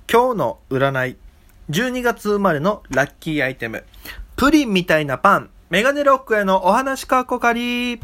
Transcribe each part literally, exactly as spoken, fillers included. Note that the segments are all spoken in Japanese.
今日の占い、じゅうにがつ生まれのラッキーアイテム、プリンみたいなパン、メガネロックへのお話かっこかり。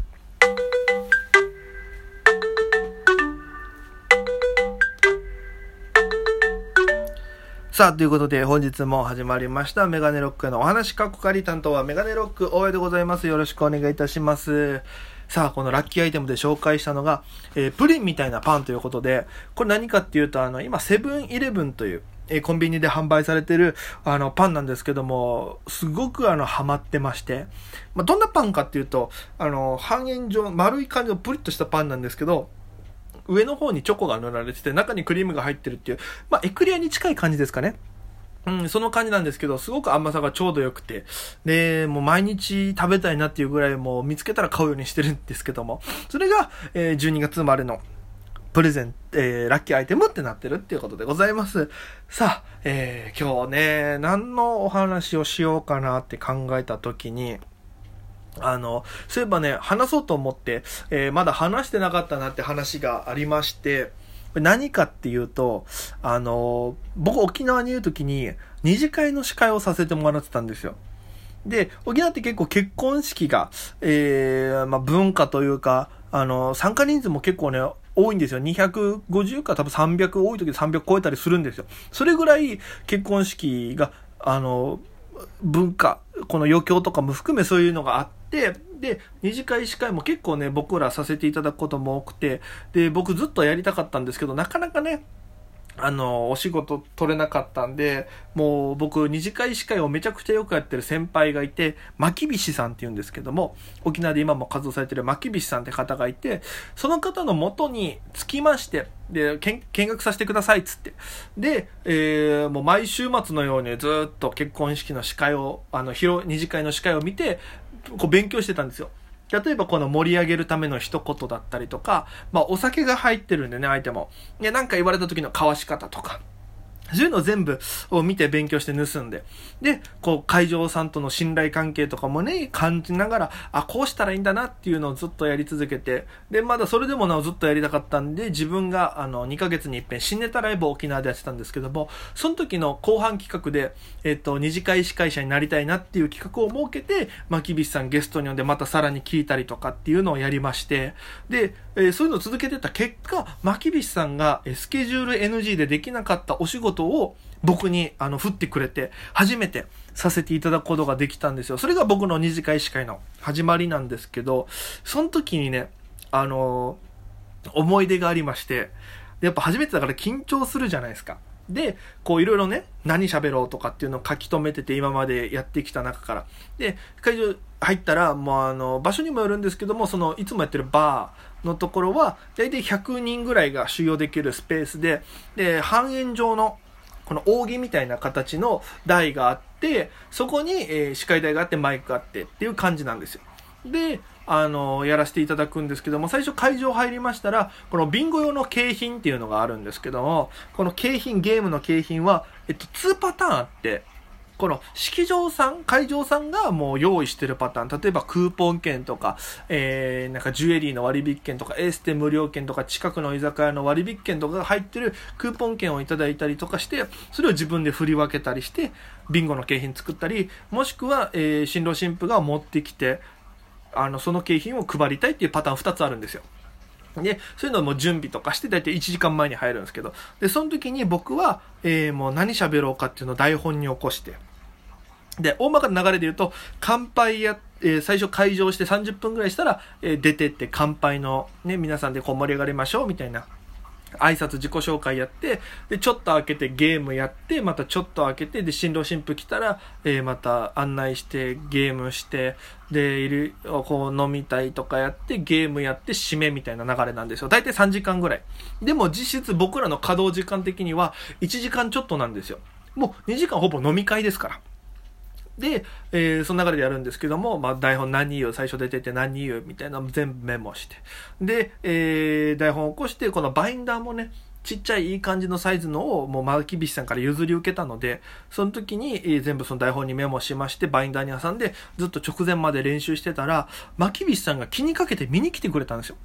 さあ、ということで本日も始まりましたメガネロックへのお話かっこかり。担当はメガネロック大江でございます。よろしくお願いいたします。さあ、このラッキーアイテムで紹介したのが、えー、プリンみたいなパンということで、これ何かっていうと、あの今セブンイレブンという、えー、コンビニで販売されてるあのパンなんですけども、すごくあのハマってまして、まあ、どんなパンかっていうと、あの半円状丸い感じのプリッとしたパンなんですけど、上の方にチョコが塗られてて、中にクリームが入ってるっていう、まあ、エクレアに近い感じですかね。うん、その感じなんですけど、すごく甘さがちょうど良くて、で、もう毎日食べたいなっていうぐらい、もう見つけたら買うようにしてるんですけども、それが、えー、じゅうにがつ生まれのプレゼント、えー、ラッキーアイテムってなってるっていうことでございます。さあ、えー、今日ね、何のお話をしようかなって考えたときに、あの、そういえばね、話そうと思って、えー、まだ話してなかったなって話がありまして、何かっていうと、あの、僕沖縄にいるときに二次会の司会をさせてもらってたんですよ。で、沖縄って結構結婚式が、えー、まあ文化というか、あの、参加人数も結構ね、多いんですよ。にひゃくごじゅうか多分さんびゃく、多い時でさんびゃく超えたりするんですよ。それぐらい結婚式が、あの、文化、この余興とかも含めそういうのがあって、で、二次会司会も結構ね、僕らさせていただくことも多くて、で、僕ずっとやりたかったんですけど、なかなかね、あの、お仕事取れなかったんで、もう僕、二次会司会をめちゃくちゃよくやってる先輩がいて、牧菱さんって言うんですけども、沖縄で今も活動されてる牧菱さんって方がいて、その方の元につきまして、で、見学させてくださいっつって。で、えー、もう毎週末のようにずっと結婚式の司会を、あの、広、二次会の司会を見て、こう勉強してたんですよ。例えばこの盛り上げるための一言だったりとか、まあお酒が入ってるんでね、相手も。で、なんか言われた時の交わし方とか。そういうのを全部を見て勉強して盗んで。で、こう会場さんとの信頼関係とかもね、感じながら、あ、こうしたらいいんだなっていうのをずっとやり続けて、で、まだそれでもなおずっとやりたかったんで、自分があのにかげつに一遍新ネタライブを沖縄でやってたんですけども、その時の後半企画で、えっと、二次会司会者になりたいなっていう企画を設けて、牧菱さんゲストに呼んでまたさらに聞いたりとかっていうのをやりまして、で、えー、そういうのを続けてた結果、牧菱さんがスケジュール エヌジー でできなかったお仕事を僕にあの振ってくれて初めてさせていただくことができたんですよ。それが僕の二次会司会の始まりなんですけど、その時にね、あのー、思い出がありまして、でやっぱ初めてだから緊張するじゃないですか。で、こういろいろね、何喋ろうとかっていうのを書き留めてて、今までやってきた中から。で、会場入ったら、もうあの、場所にもよるんですけども、その、いつもやってるバーのところは、だいたいひゃくにんぐらいが収容できるスペースで、で、半円状の、この扇みたいな形の台があって、そこに、えー、司会台があってマイクがあってっていう感じなんですよ。で、あの、やらせていただくんですけども、最初会場入りましたら、このビンゴ用の景品っていうのがあるんですけども、この景品、ゲームの景品は、えっと、にパターンあって、この式場さん、会場さんがもう用意してるパターン、例えばクーポン券とか、えー、なんかジュエリーの割引券とか、エステ無料券とか、近くの居酒屋の割引券とかが入ってるクーポン券をいただいたりとかして、それを自分で振り分けたりして、ビンゴの景品作ったり、もしくは、えー、新郎新婦が持ってきて、あの、その景品を配りたいっていうパターンふたつあるんですよ。で、そういうのも準備とかして、だいたいいちじかんまえに入るんですけど、で、その時に僕は、えー、もう何喋ろうかっていうのを台本に起こして、で、大まかな流れで言うと、乾杯や、えー、最初会場してさんじゅっぷんぐらいしたら、えー、出てって乾杯のね、皆さんでこう盛り上がりましょうみたいな。挨拶自己紹介やって、で、ちょっと開けてゲームやって、またちょっと開けて、で、新郎新婦来たら、えー、また案内して、ゲームして、で、いる、こう飲みたいとかやって、ゲームやって、締めみたいな流れなんですよ。だいたいさんじかんぐらい。でも実質僕らの稼働時間的には、いちじかんちょっとなんですよ。もうにじかんほぼ飲み会ですから。で、えー、その流れでやるんですけども、まあ、台本何言う、最初出てて何言う、みたいなの全部メモして。で、えー、台本を起こして、このバインダーもね、ちっちゃいいい感じのサイズのを、もう、牧菱さんから譲り受けたので、その時に、えー、全部その台本にメモしまして、バインダーに挟んで、ずっと直前まで練習してたら、牧菱さんが気にかけて見に来てくれたんですよ。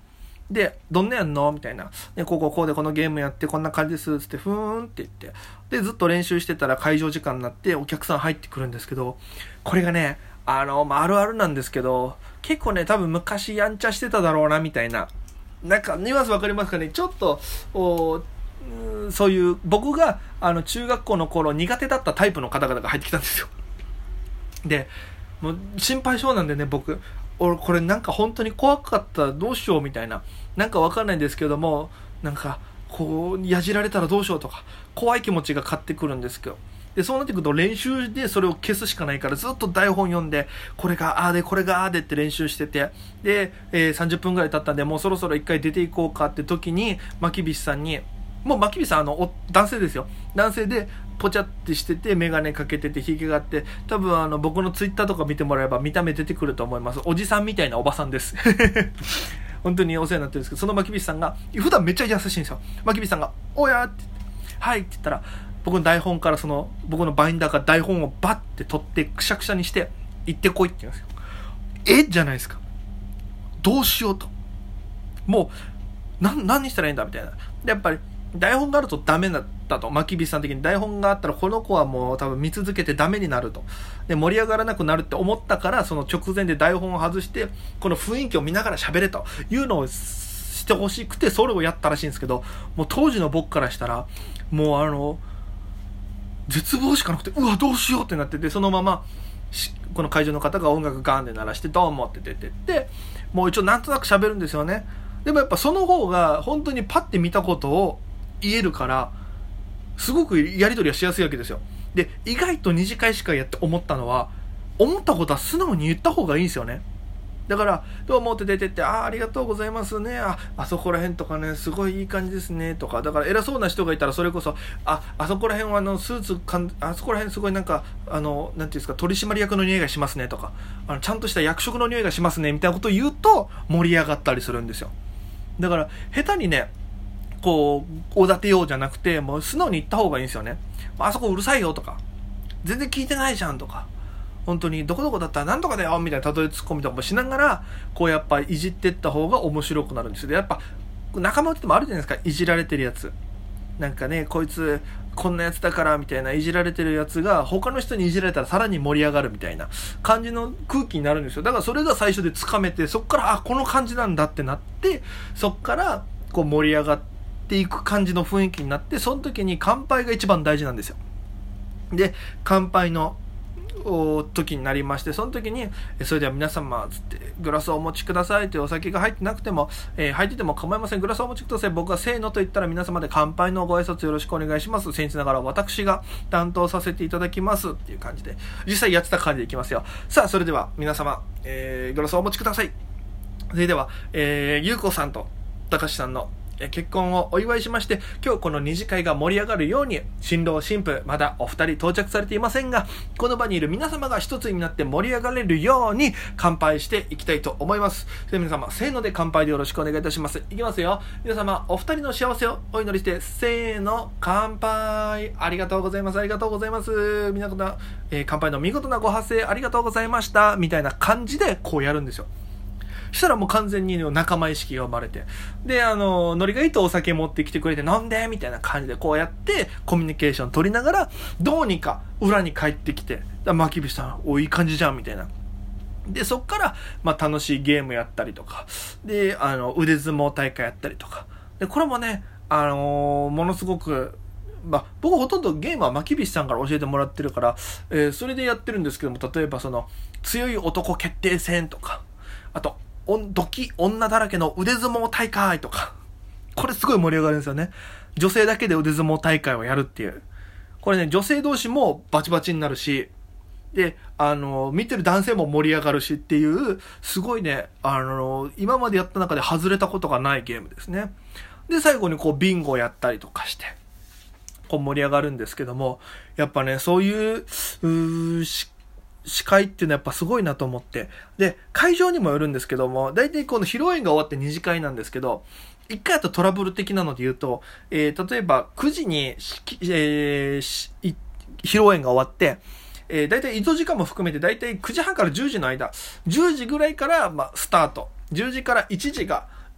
で、どんなやんのみたいな。で、こうこうこうでこのゲームやってこんな感じです。つって、ふーんって言って。で、ずっと練習してたら会場時間になってお客さん入ってくるんですけど、これがね、あの、まあ、あるあるなんですけど、結構ね、多分昔やんちゃしてただろうな、みたいな。なんか、ニュアンスわかりますかね？ちょっと、おそういう、僕が、あの、中学校の頃苦手だったタイプの方々が入ってきたんですよ。で、もう心配性なんでね、僕。俺これなんか本当に怖かったらどうしようみたいな、なんかわかんないんですけども、なんかこうやじられたらどうしようとか怖い気持ちが勝ってくるんですけど、でそうなってくると練習でそれを消すしかないからずっと台本読んで、これがああでこれがああでって練習してて、で、えー、さんじゅっぷんぐらい経ったんでもうそろそろ一回出ていこうかって時にまきびしさんに、もうまきびしさんあの男性ですよ、男性でポチャってしててメガネかけててひげがあって、多分あの僕のツイッターとか見てもらえば見た目出てくると思います。おじさんみたいなおばさんです本当にお世話になってるんですけど、そのまきびしさんが普段めっちゃ優しいんですよ。まきびしさんがおやってはいって言ったら、僕の台本からその僕のバインダーから台本をバッて取ってくしゃくしゃにして行ってこいって言うんですよ。えじゃないですか。どうしようと、もうな何したらいいんだみたいな。でやっぱり台本があるとダメだったと、まきびしさん的に台本があったらこの子はもう多分見続けてダメになると、で盛り上がらなくなるって思ったから、その直前で台本を外してこの雰囲気を見ながら喋れというのをしてほしくてそれをやったらしいんですけど、もう当時の僕からしたらもうあの絶望しかなくて、うわどうしようってなってて、そのままこの会場の方が音楽ガンで鳴らしてどうもって出てって、もう一応なんとなく喋るんですよね。でもやっぱその方が本当にパッて見たことを言えるからすごくやり取りはしやすいわけですよ。で意外と二次会しかやって思ったのは、思ったことは素直に言った方がいいんですよね。だからどうもって出てって、ああありがとうございますね、ああそこら辺とかねすごいいい感じですねとか、だから偉そうな人がいたらそれこそああそこら辺はあのスーツかんあそこら辺すごいなんかあのなんていうんですか、取締役の匂いがしますねとか、あのちゃんとした役職の匂いがしますねみたいなことを言うと盛り上がったりするんですよ。だから下手にねこうおだてようじゃなくて、もう素直に言った方がいいんですよね。あそこうるさいよとか、全然聞いてないじゃんとか、本当にどこどこだったらなんとかだよみたいな例えツッコミとかもしながら、こうやっぱいじってった方が面白くなるんですよ。でやっぱ仲間ってもあるじゃないですか、いじられてるやつ、なんかねこいつこんなやつだからみたいないじられてるやつが他の人にいじられたらさらに盛り上がるみたいな感じの空気になるんですよ。だからそれが最初でつかめて、そっからあこの感じなんだってなって、そっからこう盛り上がっていく感じの雰囲気になって、その時に乾杯が一番大事なんですよ。で乾杯の時になりまして、その時にそれでは皆様つってグラスをお持ちくださいって、お酒が入ってなくても、えー、入ってても構いません、グラスをお持ちください、僕がせーのと言ったら皆様で乾杯のご挨拶よろしくお願いします、僭越ながら私が担当させていただきますっていう感じで実際やってた感じでいきますよ。さあそれでは皆様、えー、グラスをお持ちください。それでは、えー、ゆうこさんとたかしさんの結婚をお祝いしまして、今日この二次会が盛り上がるように、新郎新婦まだお二人到着されていませんが、この場にいる皆様が一つになって盛り上がれるように乾杯していきたいと思います。それでは皆様せーので乾杯でよろしくお願いいたします。いきますよ。皆様お二人の幸せをお祈りしてせーの乾杯。ありがとうございます、ありがとうございます、皆様、えー、乾杯の見事なご発声ありがとうございましたみたいな感じでこうやるんですよ。そしたらもう完全に仲間意識が生まれて、であのノリがいいとお酒持ってきてくれて飲んでみたいな感じでこうやってコミュニケーション取りながら、どうにか裏に帰ってきて、まきびしさんおいい感じじゃんみたいな。でそっから、まあ、楽しいゲームやったりとかで、あの腕相撲大会やったりとかで、これもね、あのー、ものすごくまあ、僕ほとんどゲームはまきびしさんから教えてもらってるから、えー、それでやってるんですけども、例えばその強い男決定戦とか、あとドキ女だらけの腕相撲大会とか、これすごい盛り上がるんですよね。女性だけで腕相撲大会をやるっていう、これね女性同士もバチバチになるし、であの見てる男性も盛り上がるしっていう、すごいね、あの今までやった中で外れたことがないゲームですね。で最後にこうビンゴやったりとかしてこう盛り上がるんですけども、やっぱねそういう、うーし司会っていうのはやっぱすごいなと思って、で会場にもよるんですけども、大体この披露宴が終わって二次会なんですけど、一回あとトラブル的なので言うと、えー、例えばくじに、えー、披露宴が終わって、えー、大体移動時間も含めて大体くじはんからじゅうじの間、じゅうじぐらいから、まあ、スタート、じゅうじからいちじが、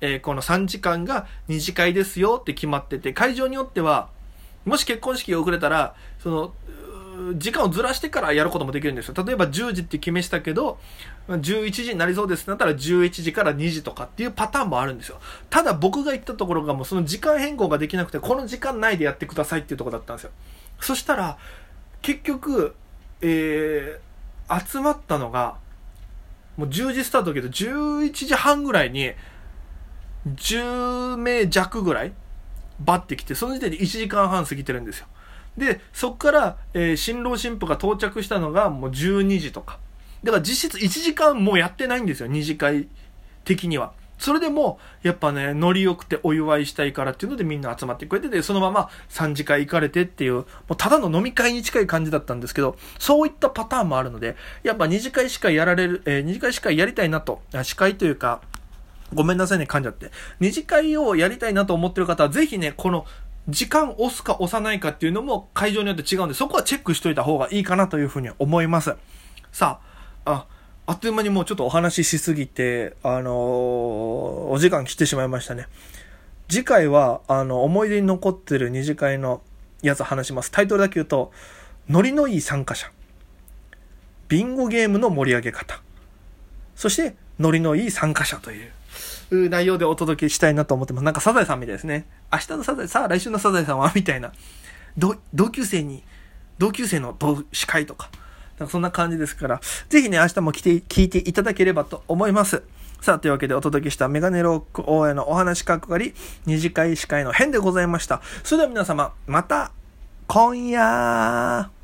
えー、このさんじかんが二次会ですよって決まってて、会場によっては、もし結婚式が遅れたら、その、時間をずらしてからやることもできるんですよ。例えばじゅうじって決めしたけど、じゅういちじになりそうですってなったらじゅういちじからにじとかっていうパターンもあるんですよ。ただ僕が言ったところがもうその時間変更ができなくて、この時間内でやってくださいっていうところだったんですよ。そしたら、結局、えー、集まったのが、もうじゅうじスタートだけど、じゅういちじはんぐらいに、じゅうめいじゃくぐらい、バッて来て、その時点でいちじかんはん過ぎてるんですよ。で、そこから、えー、新郎新婦が到着したのがもうじゅうにじとか。だから実質いちじかんもうやってないんですよ、二次会的には。それでも、やっぱね、ノリ良くてお祝いしたいからっていうのでみんな集まってくれてて、そのまま三次会行かれてっていう、もうただの飲み会に近い感じだったんですけど、そういったパターンもあるので、やっぱ二次会しかやられる、えー、二次会しかやりたいなと、司会というか、ごめんなさいね、噛んじゃって。二次会をやりたいなと思ってる方は、ぜひね、この、時間押すか押さないかっていうのも会場によって違うんで、そこはチェックしといた方がいいかなというふうに思います。さあ、あ、あっという間にもうちょっとお話ししすぎて、あのー、お時間来てしまいましたね。次回は、あの、思い出に残ってる二次会のやつ話します。タイトルだけ言うと、ノリのいい参加者。ビンゴゲームの盛り上げ方。そして、ノリのいい参加者という。内容でお届けしたいなと思ってます。なんかサザエさんみたいですね。明日のサザエ、さあ来週のサザエさんはみたいな。同、同級生に、同級生の同司会とか。なんかそんな感じですから、ぜひね、明日も来て、聞いていただければと思います。さあ、というわけでお届けしたメガネロック大家のお話かっこかり、二次会司会の編でございました。それでは皆様、また、今夜。